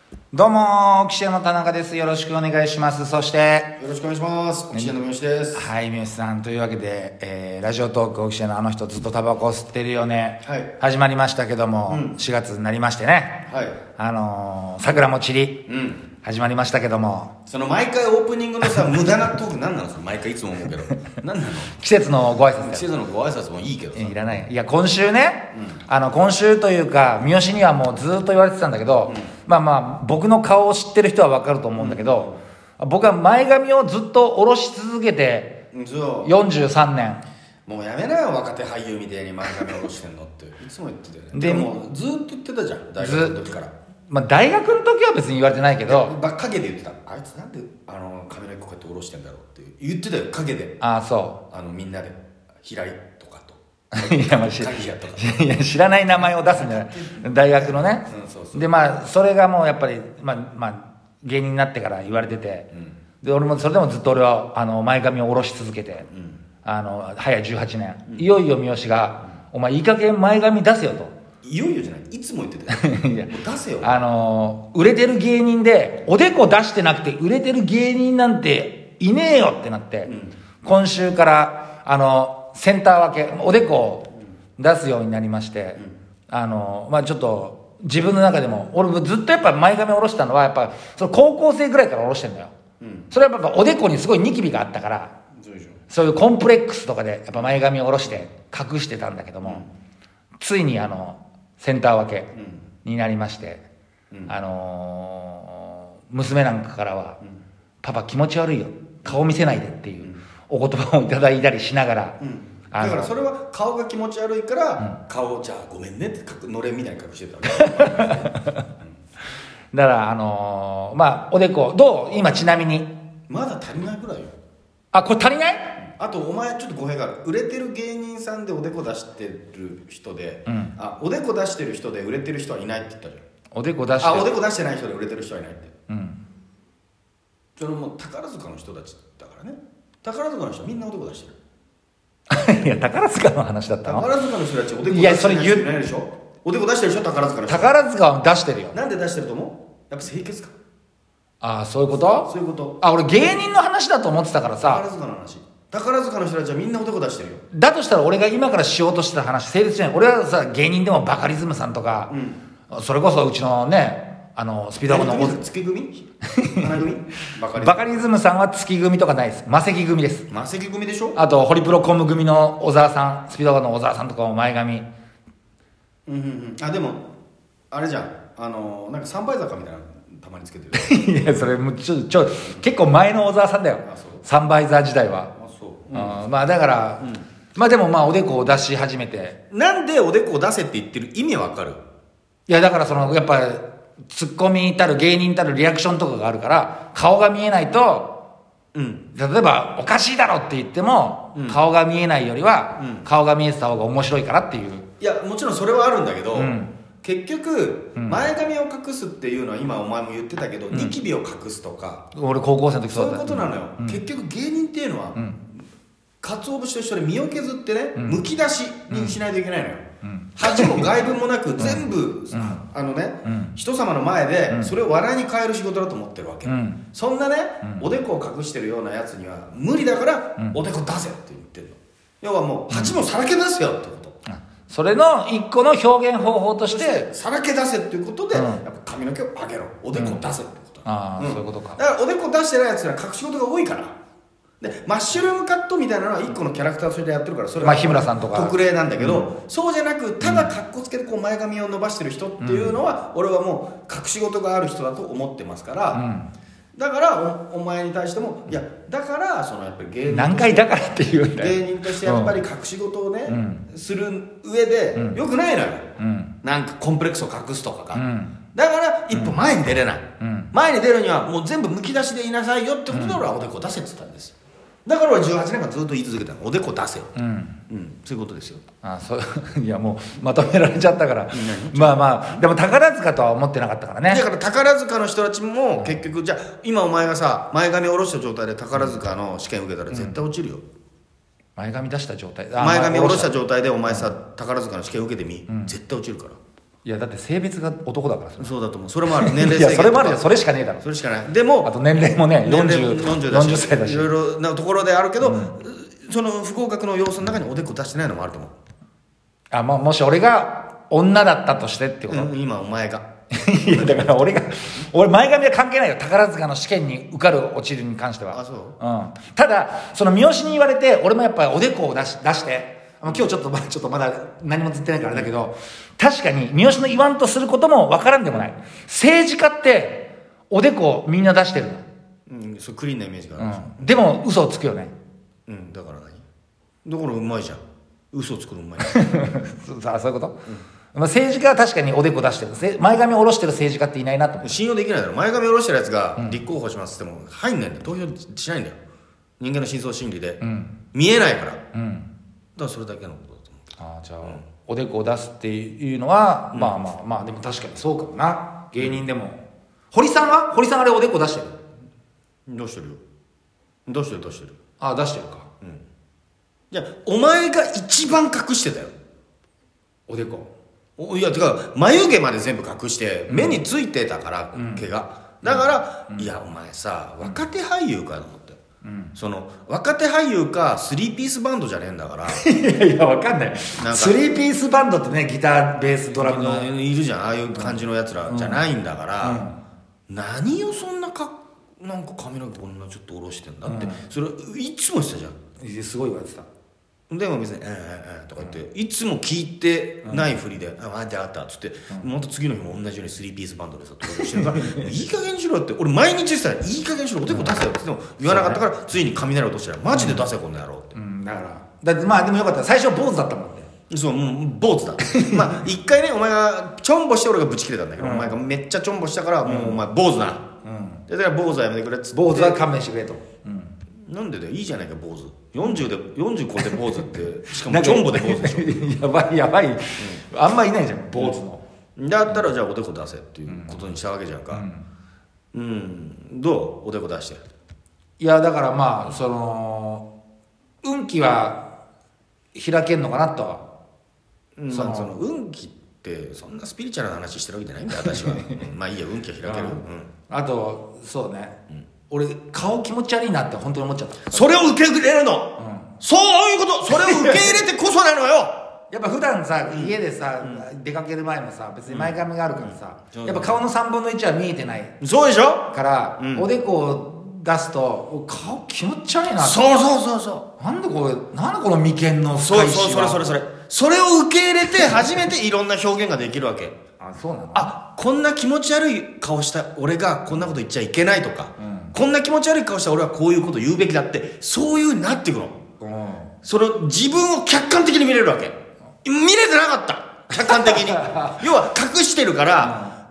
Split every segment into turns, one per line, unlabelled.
どうも岸山田中です。よろしくお願いします。そして
よろしくお願いします。岸山三好です。
はい、三好さんというわけで、ラジオトークオキシエのあの人ずっとタバコ吸ってるよね、
はい、
始まりましたけども、4月になりましてね、
はい、
桜も散り、始まりましたけども、
その毎回オープニングのさ無駄なトーク何なの？毎回いつも思うけど何なの？
季節のご挨拶だよ。
季節のご挨拶もいいけどさ、
いらない。いや今週ね、今週というか三好にはもうずっと言われてたんだけど、まあ僕の顔を知ってる人は分かると思うんだけど、僕は前髪をずっと下ろし続けて43年。
もうやめなよ、若手俳優みたいに前髪下ろしてんのっていつも言ってたよね。でもずっと言ってたじゃん、大学の時から。
大学の時は別に言われてないけど、
陰で言ってた。あいつなんで髪の毛こうやって下ろしてんだろうって言ってたよ、陰で。
ああ、そう
みんなで平井とかと
いや、いや知らない名前を出すんじゃない大学のね、でそれがもうやっぱり芸人になってから言われてて、で俺もそれでもずっと俺は前髪を下ろし続けて、早18年、いよいよ三好がお前いい加減前髪出せよと。
いよいよじゃない、いつも言ってたよいやもう出せよ。
売れてる芸人でおでこ出してなくて売れてる芸人なんていねえよってなって、今週からセンター分けおでこを出すようになりまして、ちょっと自分の中でも俺ずっとやっぱ前髪下ろしたのはやっぱその高校生ぐらいから下ろしてんだよ、それはやっぱおでこにすごいニキビがあったから、そういうコンプレックスとかでやっぱ前髪を下ろして隠してたんだけども、ついにセンター分けになりまして、娘なんかからは、パパ気持ち悪いよ顔見せないでっていうお言葉をいただいたりしながら、
だからそれは顔が気持ち悪いから、顔じゃあごめんねってのれんみたいに隠してたわけだ
からおでこどう今ちなみに
まだ足りないぐらいよ。
これ足りない？
あとお前ちょっと語弊がある。売れてる芸人さんでおでこ出してる人で、おでこ出してる人で売れてる人はいないって言ったじゃん。
おでこ出して
おでこ出してない人で売れてる人はいないって。それも宝塚の人たちだからね。宝塚の人はみんなおでこ出してる
いや宝塚の話だったの？
宝塚の人たちおでこ出してない人いないでしょ。おでこ出してるでしょ、宝塚の人。
宝塚は出してるよ。
なんで出してると思う？やっぱ清潔感。
そういうこと？
そういうこと。
俺芸人の話だと思ってたからさ。
宝塚の話。宝塚の人たちはみんなおでこ出してるよ。
だとしたら俺が今からしようとしてた話成立しない。俺はさ芸人でもバカリズムさんとか、それこそうちのねスピードワゴンの
月組花組
バカリズムさんは月組とかないです。魔石組です。
魔石組でしょ。
あとホリプロコム組の小沢さん、スピードワゴンの小沢さんとかも前髪。
でもあれじゃん、なんかサンバイザーかみたいなたまにつけてる
いやそれも結構前の小沢さんだよ。サンバイザー時代は。だから、でもおでこを出し始めて。
なんでおでこを出せって言ってる意味わかる？
いやだからやっぱツッコミたる芸人たるリアクションとかがあるから顔が見えないと、例えばおかしいだろって言っても、顔が見えないよりは、顔が見えてた方が面白いからっていう。
いやもちろんそれはあるんだけど、結局、前髪を隠すっていうのは今お前も言ってたけど、ニキビを隠すとか
俺高校生の時
そういうことなのよ、結局芸人っていうのは、鰹節と一緒で身を削ってね、むき出しにしないといけないのよ、恥も外分もなく全部、人様の前でそれを笑いに変える仕事だと思ってるわけ、そんなね、おでこを隠してるようなやつには無理だから、おでこ出せって言ってるの。要はもう恥もさらけ出せよってこと、
それの一個の表現方法として
さらけ出せっていうことで、やっぱ髪の毛を上げろ、おでこを出せってこと、
そういうことか。
だからおでこ出してないやつには隠し事が多いから。でマッシュルームカットみたいなのは一個のキャラクターとしてやってるから、それは
日村さんとか
特例なんだけど、そうじゃなくただカッコつけてこう前髪を伸ばしてる人っていうのは、俺はもう隠し事がある人だと思ってますから、だからお前に対しても、いやだからやっぱり芸人
何回だからって言うんだよ。
芸人としてやっぱり隠し事をね、する上でよくないのよ、なんかコンプレックスを隠すとかが、だから一歩前に出れない、前に出るにはもう全部むき出しでいなさいよってことで俺はおでこ出せって言ったんです。だから俺18年間ずっと言い続けたの、おでこ出せよ、そういうことですよ。
いやもうまとめられちゃったから、でも宝塚とは思ってなかったからね。
だから宝塚の人たちも結局、じゃあ今お前がさ前髪下ろした状態で宝塚の試験受けたら絶対落ちるよ、
前髪出した状態、
前髪下ろした状態でお前さ宝塚の試験受けてみ、絶対落ちるから。
いやだって性別が男だから
そうだと思う。それもある。年齢制限
いやそれもあるよ。それしかねえだろ。
それしかない。でも
あと年齢もね
40
40歳だし
いろいろなところであるけど、その不合格の要素の中におでこ出してないのもあると思う。
あ、まあ、もし俺が女だったとしてってこと、
今お前が
いやだから俺前髪は関係ないよ。宝塚の試験に受かる落ちるに関しては。
あ、そう。
ただその三好に言われて俺もやっぱりおでこを出して今日ちょっとまだ何も言ってないからあれだけど、確かに三好の言わんとすることも分からんでもない。政治家っておでこみんな出してるの。
そうクリーンなイメージがある
でも嘘をつくよね。
だから何だからうまいじゃん。嘘をつくのうまい
そういうこと、まあ、政治家は確かにおでこ出してる。前髪下ろしてる政治家っていないなと思う。
信用できないだろ。前髪下ろしてるやつが立候補しますっても入んないんだよ。投票しないんだよ。人間の深層心理で、見えないから、だからそれだけのことだと思う。
じゃあ、おでこを出すっていうのは、まあでも確かにそうかもな。芸人でも堀さんあれおでこ出してる？
出してるよ。出してる。
出してるか。
いやお前が一番隠してたよ
おでこ。
いやてか眉毛まで全部隠して目についてたから、毛がだから、いやお前さ若手俳優かと思って、その若手俳優かスリーピースバンドじゃねえんだから
いやわかんない。スリーピースバンドってね、ギターベースドラムの
いるじゃん、ああいう感じのやつらじゃないんだから、何をそんななんか髪の毛こんなちょっと下ろしてんだって、それいつもしてたじゃん。
すごい言われてた。で
も別にとか言って、いつも聞いてないふりで「あじゃあった」っつって、また次の日も同じようにスリーピースバンドでさ登場してるから「いい加減にしろ」って俺毎日言ってたら「いい加減にしろおでこ出せよ」って言っても言わなかったから、ついに雷落としたらマジで出せこんな野郎って、
だってまあでもよかった。最初坊主だったもんね。
そうもう坊主だまあ一回ねお前がちょんぼして俺がブチ切れたんだけど、お前がめっちゃちょんぼしたからもうお前坊主な、でだから坊主はやめてくれっつって、
坊主は勘弁してくれと、
なんでだよ、いいじゃないか坊主。40超えて坊主ってしかもチョンボで坊主でしょ
やばい、あんまいないじゃん坊主の、
だったらじゃあおでこ出せっていうことにしたわけじゃんか。どうおでこ出して。
いやだからまあその運気は開けんのかなとは、
その運気ってそんなスピリチュアルな話してるわけじゃないんだよ私はまあいいや、運気は開ける、
あとそうね、俺顔気持ち悪いなって本当に思っちゃった。
それを受け入れるの、そういうこと、それを受け入れてこそなのよ
やっぱ普段さ、家でさ、出かける前もさ別に前髪があるからさ、やっぱ顔の3分の1は見えてない
そうでしょ
から、おでこを出すと顔気持ち悪いなって。
そう
なんでこの眉間の深いシワ。
それを受け入れて初めていろんな表現ができるわけ
そうなの。
こんな気持ち悪い顔した俺がこんなこと言っちゃいけないとか、こんな気持ち悪い顔した俺はこういうこと言うべきだってそういうなっていくの、それ自分を客観的に見れるわけ。見れてなかった客観的に要は隠してるから、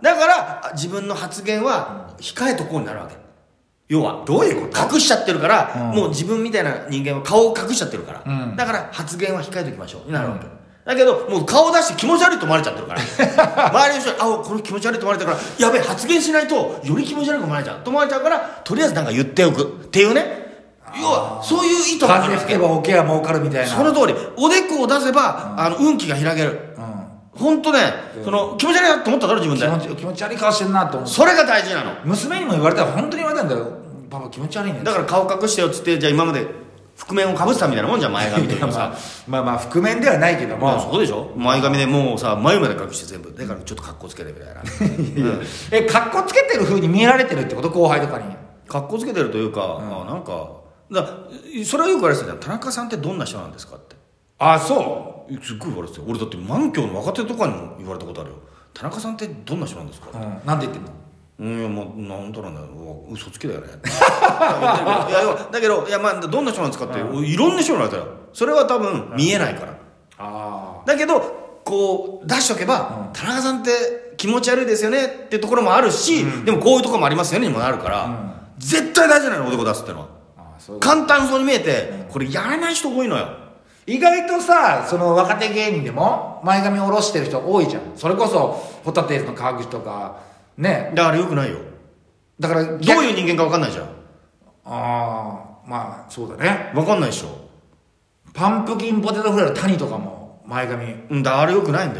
だから自分の発言は控えとこうになるわけ。要は
どういうこと
隠しちゃってるから、もう自分みたいな人間は顔を隠しちゃってるから、だから発言は控えときましょうになるわけ、だけどもう顔出して気持ち悪いと思われちゃってるから周りの人にこれ気持ち悪いと思われてるからやべえ発言しないとより気持ち悪く思われちゃうと思われちゃうから、とりあえずなんか言っておくっていうね。要はそういう意図があるわけ。
風吹けば桶は儲かるみたいな。
その通り。おでこを出せば、運気が開ける。本当ね、その気持ち悪いなって思っただろ自分で。
気持ち悪い顔してんなって思う。
それが大事なの。
娘にも言われたら本当に言われたんだよ。パパ気持ち悪いね。
だから顔隠してよっつって、じゃあ今まで覆面をかぶせたみたいなもんじゃん、前髪というかさ
まあ覆面ではないけども、
そうでしょ。前髪でもうさ眉まで隠して全部だからちょっと格好つけてみたいな
格好つけてる風に見えられてるってこと？後輩とかに
格好つけてるというか、なんかそれはよく言われてたじゃん。田中さんってどんな人なんですかって。
そう
すっごい言われてたよ。俺だって満響の若手とかにも言われたことあるよ。田中さんってどんな人なんですかって、
なんで言ってんの？
いやまあなんとなんだよ、嘘つきだよねだけどいやまあどんな人なんですかって、いろんな人に言われたよ。それは多分見えないから、だけどこう出しとけば、田中さんって気持ち悪いですよねってところもあるし、でもこういうところもありますよねにもなるから、絶対大事なのおでこ出すってのは。簡単そうに見えて、これやらない人多いのよ。
意外とさ、その若手芸人でも前髪下ろしてる人多いじゃん。それこそホタテの川口とかね。
だからよくないよ。だからどういう人間か分かんないじゃん。
まあそうだね。
分かんないでしょ。
パンプキンポテトフライの谷とかも前髪。
だからあれよくないんだよ。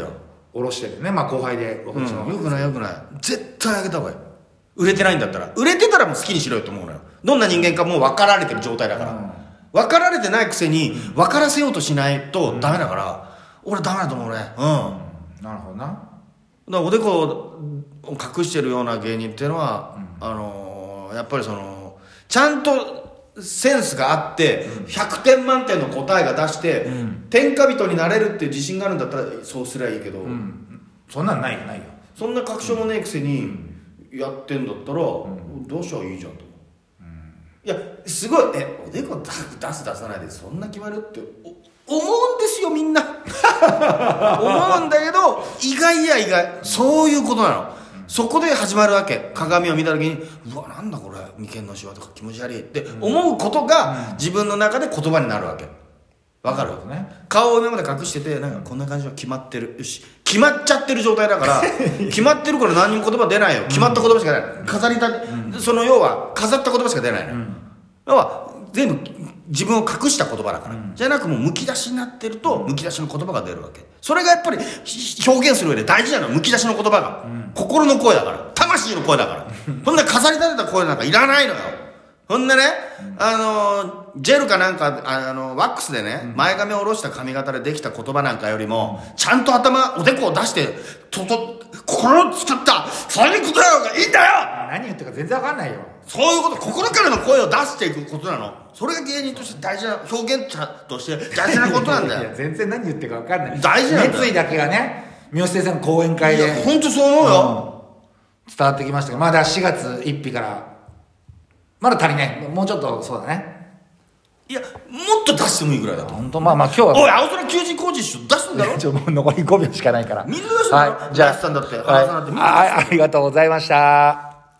下ろしてるね、まあ後輩で、
よくないよくない。絶対あげた方がいい。売れてないんだったら。売れてたらもう好きにしろよと思うのよ。どんな人間かもう分かられてる状態だから。分かられてないくせに分からせようとしないとダメだから、俺ダメだと思うね。
なるほどな。
だからおでこを隠してるような芸人っていうのは、やっぱりちゃんとセンスがあって100点満点の答えが出して、天下人になれるっていう自信があるんだったらそうすりゃいいけど、
そんなんないよ。
そんな確証もねえくせにやってんだったら、どうしよういいじゃんと。いやすごいおでこ出す出さないでそんな決まるって思うんですよみんな思うんだけど意外そういうことなの。そこで始まるわけ。鏡を見た時にうわなんだこれ眉間のシワとか気持ち悪いって思うことが自分の中で言葉になるわけ。わかる、顔を今まで隠しててなんかこんな感じは決まってる、よし決まっちゃってる状態だから決まってるから何にも言葉出ないよ。決まった言葉しかない、飾りた要は飾った言葉しか出ないのよ、要は全部自分を隠した言葉だから、じゃなくもうむき出しになってるとむき出しの言葉が出るわけ。それがやっぱり表現する上で大事なの。むき出しの言葉が、心の声だから、魂の声だからそんな飾り立てた声なんかいらないのよ。ほんでね、ジェルかなんかワックスでね、前髪を下ろした髪型でできた言葉なんかよりもちゃんとおでこを出して心を使ったそういうことがいいんだよ。
何言ってるか全然わかんないよ。
そういうこと、心からの声を出していくことなの。それが芸人として大事な、表現者として大事なことなんだよ。
いや全然何言ってるかわかんない。
大事なんだよ。
熱意だけがね、三好先生の講演会で、
いや本当そう思うよ、
伝わってきましたけど、まだ4月1日からまだ足りない。もうちょっとそうだね。
いやもっと出してもいいぐらいだと。
本当今日は
おい青空求人工事出すんだろ
もう残り5秒しかないから
みんな出すんだろ、出したんだって、
ありがとうございました。